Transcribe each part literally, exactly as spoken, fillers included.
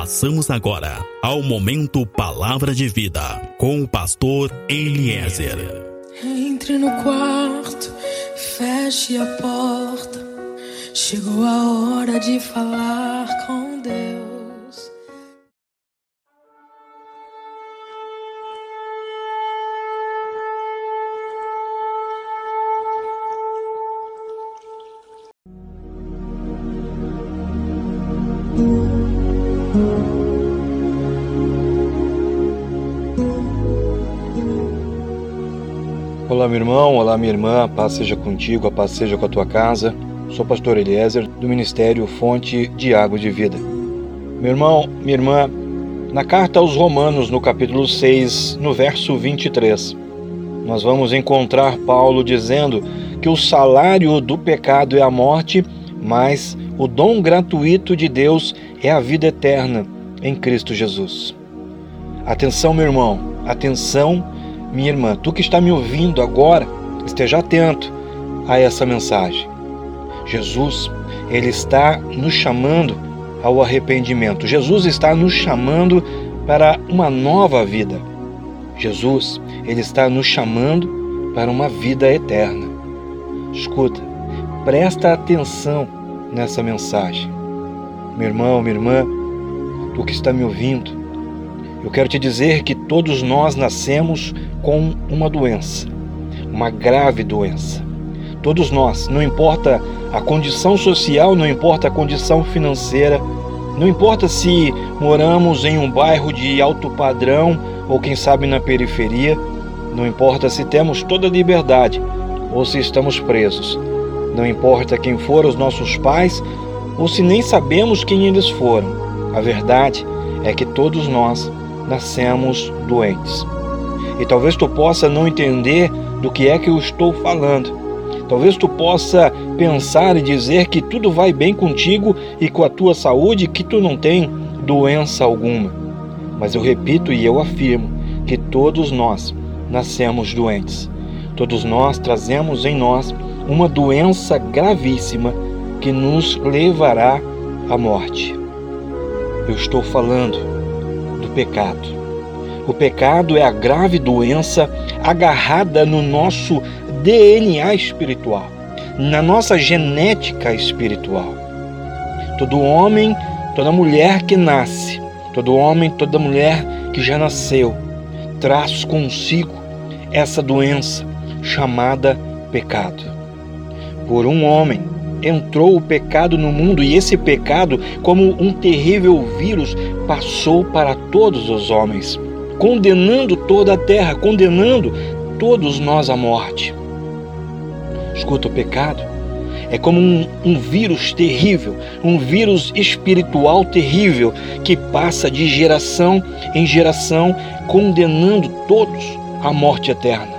Passamos agora ao momento Palavra de Vida com o pastor Eliezer. Entre no quarto, feche a porta. Chegou a hora de falar com Deus. Olá, meu irmão, olá, minha irmã, a paz seja contigo, a paz seja com a tua casa. Sou o pastor Eliezer, do Ministério Fonte de Água de Vida. Meu irmão, minha irmã, na carta aos Romanos, no capítulo seis, no verso vinte e três, nós vamos encontrar Paulo dizendo que o salário do pecado é a morte, mas o dom gratuito de Deus é a vida eterna em Cristo Jesus. Atenção, meu irmão, atenção, minha irmã, tu que está me ouvindo agora, esteja atento a essa mensagem. Jesus, Ele está nos chamando ao arrependimento. Jesus está nos chamando para uma nova vida. Jesus, Ele está nos chamando para uma vida eterna. Escuta, presta atenção nessa mensagem. Meu irmão, minha irmã, tu que está me ouvindo, eu quero te dizer que todos nós nascemos com uma doença, uma grave doença. Todos nós, não importa a condição social, não importa a condição financeira, não importa se moramos em um bairro de alto padrão ou quem sabe na periferia, não importa se temos toda a liberdade ou se estamos presos, não importa quem foram os nossos pais ou se nem sabemos quem eles foram. A verdade é que todos nós nascemos doentes. E talvez tu possa não entender do que é que eu estou falando. Talvez tu possa pensar e dizer que tudo vai bem contigo e com a tua saúde, que tu não tem doença alguma. Mas eu repito e eu afirmo que todos nós nascemos doentes. Todos nós trazemos em nós uma doença gravíssima que nos levará à morte. Eu estou falando do pecado. O pecado é a grave doença agarrada no nosso D N A espiritual, na nossa genética espiritual. Todo homem, toda mulher que nasce, todo homem, toda mulher que já nasceu, traz consigo essa doença chamada pecado. Por um homem entrou o pecado no mundo e esse pecado, como um terrível vírus, passou para todos os homens, condenando toda a terra, condenando todos nós à morte. Escuta, o pecado é como um, um vírus terrível, um vírus espiritual terrível que passa de geração em geração, condenando todos à morte eterna.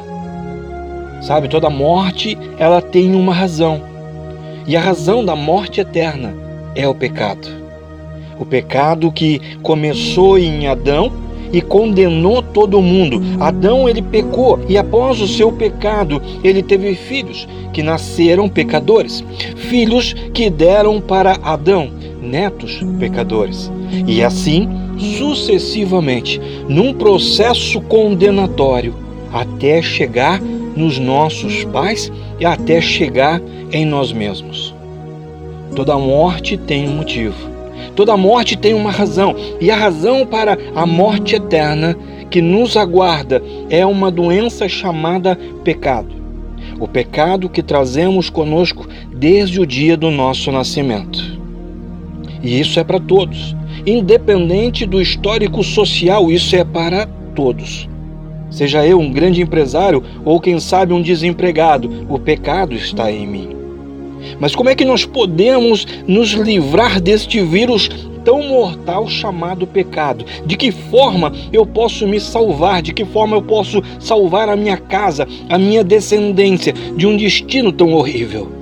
Sabe, toda morte, ela tem uma razão. E a razão da morte eterna é o pecado. O pecado que começou em Adão e condenou todo mundo. Adão, ele pecou e após o seu pecado, ele teve filhos que nasceram pecadores. Filhos que deram para Adão netos pecadores. E assim, sucessivamente, num processo condenatório, até chegar nos nossos pais e até chegar em nós mesmos. Toda morte tem um motivo. Toda morte tem uma razão. E a razão para a morte eterna que nos aguarda é uma doença chamada pecado. O pecado que trazemos conosco desde o dia do nosso nascimento. E isso é para todos. Independente do histórico social, isso é para todos. Seja eu um grande empresário ou quem sabe um desempregado, o pecado está em mim. Mas como é que nós podemos nos livrar deste vírus tão mortal chamado pecado? De que forma eu posso me salvar? De que forma eu posso salvar a minha casa, a minha descendência de um destino tão horrível?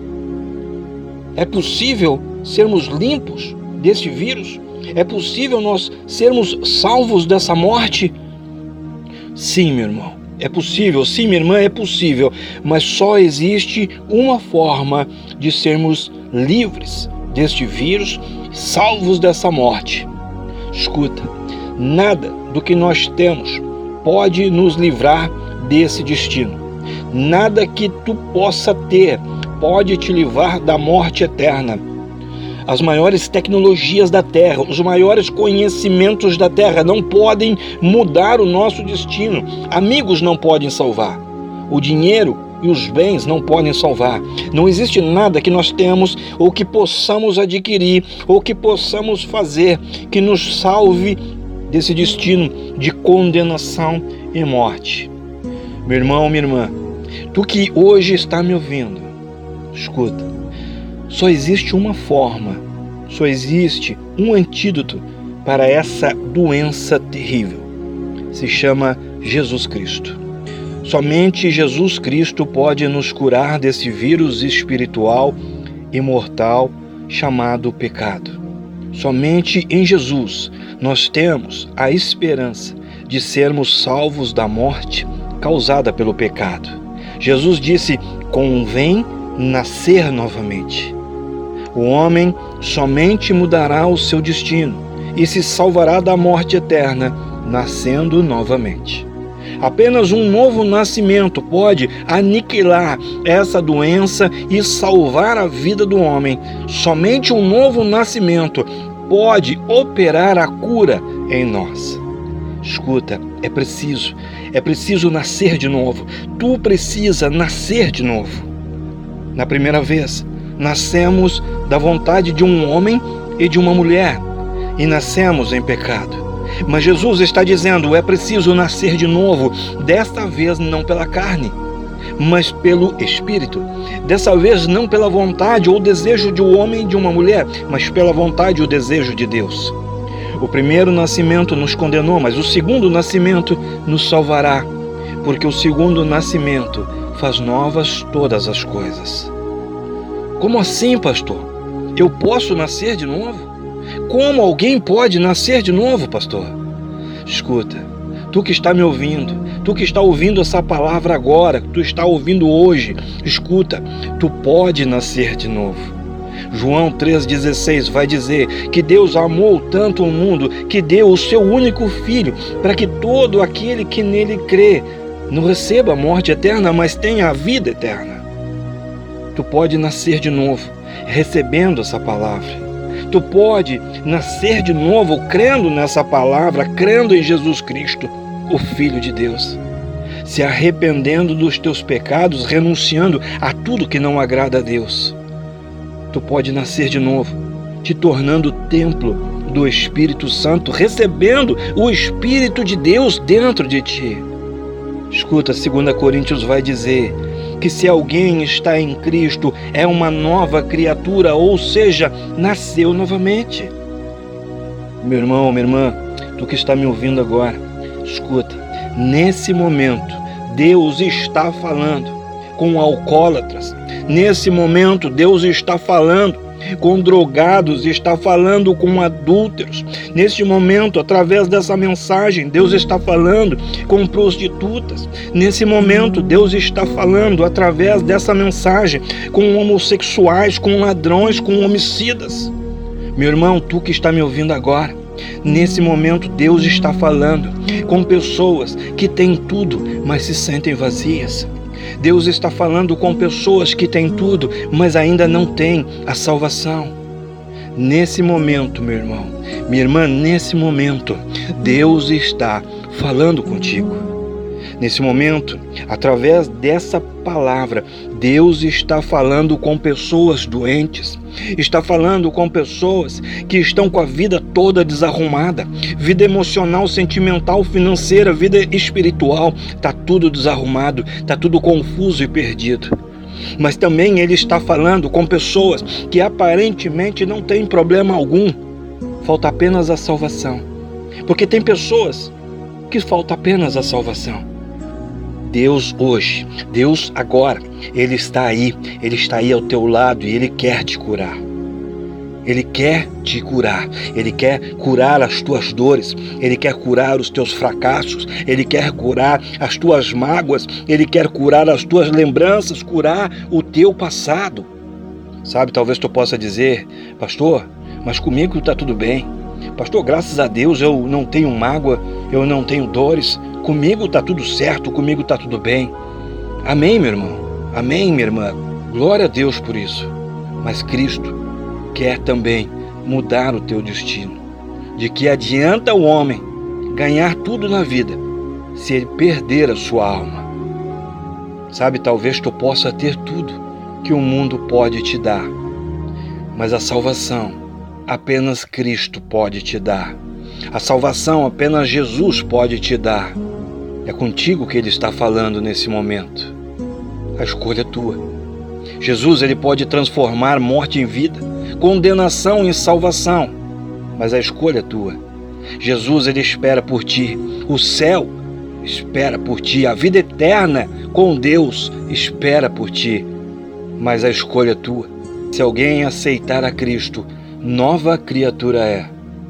É possível sermos limpos deste vírus? É possível nós sermos salvos dessa morte? Sim, meu irmão, é possível. Sim, minha irmã, é possível. Mas só existe uma forma de sermos livres deste vírus, salvos dessa morte. Escuta, nada do que nós temos pode nos livrar desse destino. Nada que tu possa ter pode te livrar da morte eterna. As maiores tecnologias da Terra, os maiores conhecimentos da Terra não podem mudar o nosso destino. Amigos não podem salvar. O dinheiro e os bens não podem salvar. Não existe nada que nós temos ou que possamos adquirir ou que possamos fazer que nos salve desse destino de condenação e morte. Meu irmão, minha irmã, tu que hoje está me ouvindo, escuta, só existe uma forma, só existe um antídoto para essa doença terrível. Se chama Jesus Cristo. Somente Jesus Cristo pode nos curar desse vírus espiritual e mortal chamado pecado. Somente em Jesus nós temos a esperança de sermos salvos da morte causada pelo pecado. Jesus disse: convém nascer novamente. O homem somente mudará o seu destino e se salvará da morte eterna, nascendo novamente. Apenas um novo nascimento pode aniquilar essa doença e salvar a vida do homem. Somente um novo nascimento pode operar a cura em nós. Escuta, é preciso, é preciso nascer de novo. Tu precisa nascer de novo. Na primeira vez, nascemos da vontade de um homem e de uma mulher e nascemos em pecado. Mas Jesus está dizendo, é preciso nascer de novo, desta vez não pela carne, mas pelo Espírito. Dessa vez não pela vontade ou desejo de um homem e de uma mulher, mas pela vontade e o desejo de Deus. O primeiro nascimento nos condenou, mas o segundo nascimento nos salvará, porque o segundo nascimento faz novas todas as coisas. Como assim, pastor? Eu posso nascer de novo? Como alguém pode nascer de novo, pastor? Escuta, tu que está me ouvindo, tu que está ouvindo essa palavra agora, tu está ouvindo hoje, escuta, tu pode nascer de novo. João três dezesseis vai dizer que Deus amou tanto o mundo que deu o seu único filho para que todo aquele que nele crê não receba a morte eterna, mas tenha a vida eterna. Tu pode nascer de novo, recebendo essa palavra. Tu pode nascer de novo crendo nessa palavra, crendo em Jesus Cristo, o Filho de Deus. Se arrependendo dos teus pecados, renunciando a tudo que não agrada a Deus. Tu pode nascer de novo, te tornando templo do Espírito Santo, recebendo o Espírito de Deus dentro de ti. Escuta, segunda Coríntios vai dizer que se alguém está em Cristo, é uma nova criatura, ou seja, nasceu novamente. Meu irmão, minha irmã, tu que está me ouvindo agora, escuta, nesse momento, Deus está falando com alcoólatras, nesse momento, Deus está falando com drogados, está falando com adúlteros. Neste momento, através dessa mensagem, Deus está falando com prostitutas. Nesse momento, Deus está falando através dessa mensagem com homossexuais, com ladrões, com homicidas. Meu irmão, tu que está me ouvindo agora, nesse momento Deus está falando com pessoas que têm tudo, mas se sentem vazias. Deus está falando com pessoas que têm tudo, mas ainda não têm a salvação. Nesse momento, meu irmão, minha irmã, nesse momento, Deus está falando contigo. Nesse momento, através dessa palavra, Deus está falando com pessoas doentes, está falando com pessoas que estão com a vida toda desarrumada, vida emocional, sentimental, financeira, vida espiritual, está tudo desarrumado, está tudo confuso e perdido. Mas também Ele está falando com pessoas que aparentemente não têm problema algum, falta apenas a salvação, porque tem pessoas que falta apenas a salvação. Deus hoje, Deus agora, Ele está aí, Ele está aí ao teu lado e Ele quer te curar. Ele quer te curar, Ele quer curar as tuas dores, Ele quer curar os teus fracassos, Ele quer curar as tuas mágoas, Ele quer curar as tuas lembranças, curar o teu passado. Sabe, talvez tu possa dizer, pastor, mas comigo está tudo bem. Pastor, graças a Deus eu não tenho mágoa, eu não tenho dores. Comigo está tudo certo, comigo está tudo bem. Amém, meu irmão. Amém, minha irmã. Glória a Deus por isso. Mas Cristo quer também mudar o teu destino. De que adianta o homem ganhar tudo na vida se ele perder a sua alma? Sabe, talvez tu possa ter tudo que o mundo pode te dar, mas a salvação apenas Cristo pode te dar. A salvação apenas Jesus pode te dar. É contigo que Ele está falando nesse momento. A escolha é tua. Jesus, Ele pode transformar morte em vida, condenação em salvação, mas a escolha é tua. Jesus, Ele espera por ti. O céu espera por ti. A vida eterna com Deus espera por ti. Mas a escolha é tua. Se alguém aceitar a Cristo, nova criatura é.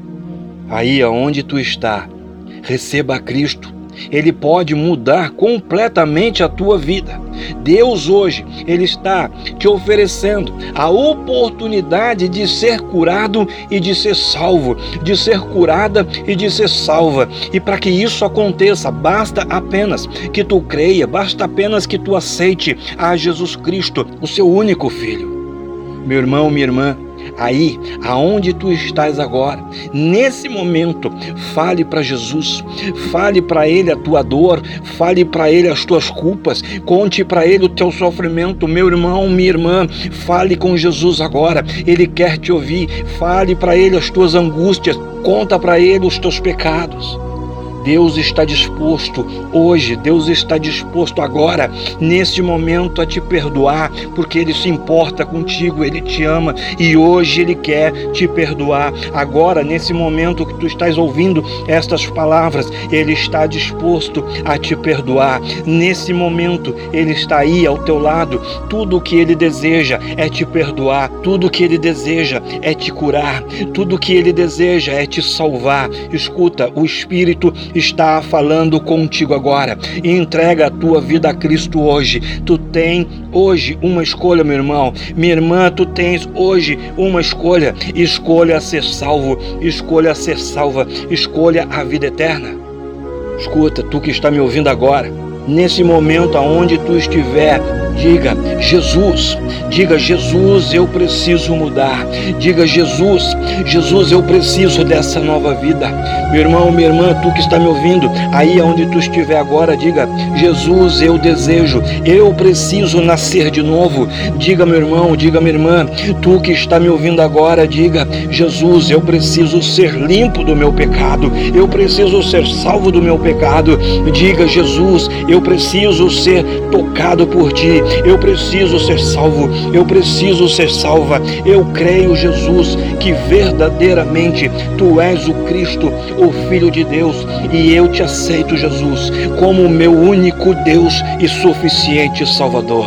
Aí aonde tu está, receba a Cristo. Ele pode mudar completamente a tua vida. Deus hoje, Ele está te oferecendo a oportunidade de ser curado e de ser salvo, de ser curada e de ser salva. E para que isso aconteça, basta apenas que tu creia, basta apenas que tu aceite a Jesus Cristo, o seu único Filho. Meu irmão, minha irmã, aí, aonde tu estás agora, nesse momento, fale para Jesus, fale para Ele a tua dor, fale para Ele as tuas culpas, conte para Ele o teu sofrimento. Meu irmão, minha irmã, fale com Jesus agora, Ele quer te ouvir. Fale para Ele as tuas angústias, conta para Ele os teus pecados. Deus está disposto hoje, Deus está disposto agora, nesse momento, a te perdoar, porque Ele se importa contigo, Ele te ama e hoje Ele quer te perdoar. Agora, nesse momento que tu estás ouvindo estas palavras, Ele está disposto a te perdoar. Nesse momento, Ele está aí ao teu lado. Tudo o que Ele deseja é te perdoar, tudo o que Ele deseja é te curar, tudo o que Ele deseja é te salvar. Escuta, o Espírito está falando contigo agora. E entrega a tua vida a Cristo hoje. Tu tem hoje uma escolha, meu irmão. Minha irmã, tu tens hoje uma escolha. Escolha ser salvo, escolha ser salva, escolha a vida eterna. Escuta, tu que está me ouvindo agora, nesse momento aonde tu estiver, diga: Jesus, diga: Jesus, eu preciso mudar. Diga: Jesus, Jesus, eu preciso dessa nova vida. Meu irmão, minha irmã, tu que está me ouvindo, aí onde tu estiver agora, diga: Jesus, eu desejo, eu preciso nascer de novo. Diga, meu irmão, diga, minha irmã, tu que está me ouvindo agora, diga: Jesus, eu preciso ser limpo do meu pecado, eu preciso ser salvo do meu pecado. Diga: Jesus, eu preciso ser tocado por ti, eu preciso ser salvo, eu preciso ser salva. Eu creio, Jesus, que verdadeiramente tu és o Cristo, o Filho de Deus, e eu te aceito, Jesus, como o meu único Deus e suficiente Salvador.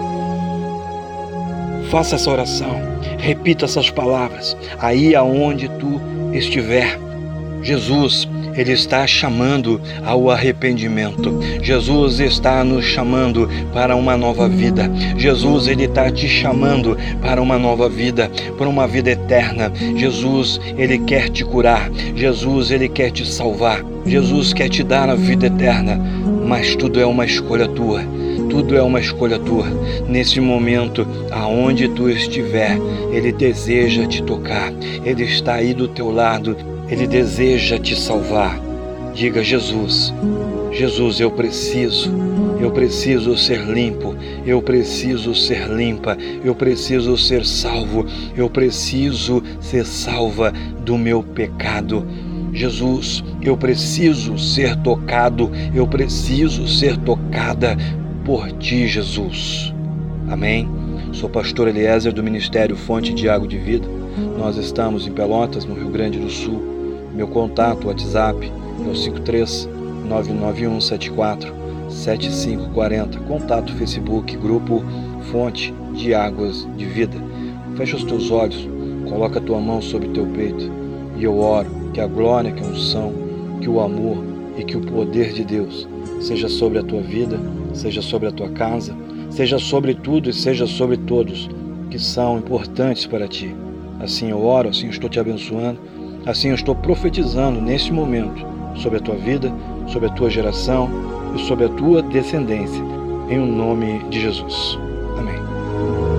Faça essa oração, repita essas palavras aí aonde tu estiver. Jesus, Ele está chamando ao arrependimento. Jesus está nos chamando para uma nova vida. Jesus, Ele está te chamando para uma nova vida, para uma vida eterna. Jesus, Ele quer te curar. Jesus, Ele quer te salvar. Jesus quer te dar a vida eterna. Mas tudo é uma escolha tua. Tudo é uma escolha tua. Nesse momento, aonde tu estiver, Ele deseja te tocar. Ele está aí do teu lado. Ele deseja te salvar. Diga: Jesus, Jesus, eu preciso, eu preciso ser limpo, eu preciso ser limpa, eu preciso ser salvo, eu preciso ser salva do meu pecado. Jesus, eu preciso ser tocado, eu preciso ser tocada por ti, Jesus. Amém? Sou pastor Eliezer do Ministério Fonte de Água de Vida. Nós estamos em Pelotas, no Rio Grande do Sul. Meu contato, WhatsApp, é o cinco três nove nove um sete quatro sete cinco quatro zero. Contato Facebook, Grupo Fonte de Águas de Vida. Fecha os teus olhos, coloca a tua mão sobre o teu peito e eu oro que a glória, que a unção, que o amor e que o poder de Deus seja sobre a tua vida, seja sobre a tua casa, seja sobre tudo e seja sobre todos que são importantes para ti. Assim eu oro, assim estou te abençoando. Assim eu estou profetizando neste momento sobre a tua vida, sobre a tua geração e sobre a tua descendência, em o nome de Jesus. Amém.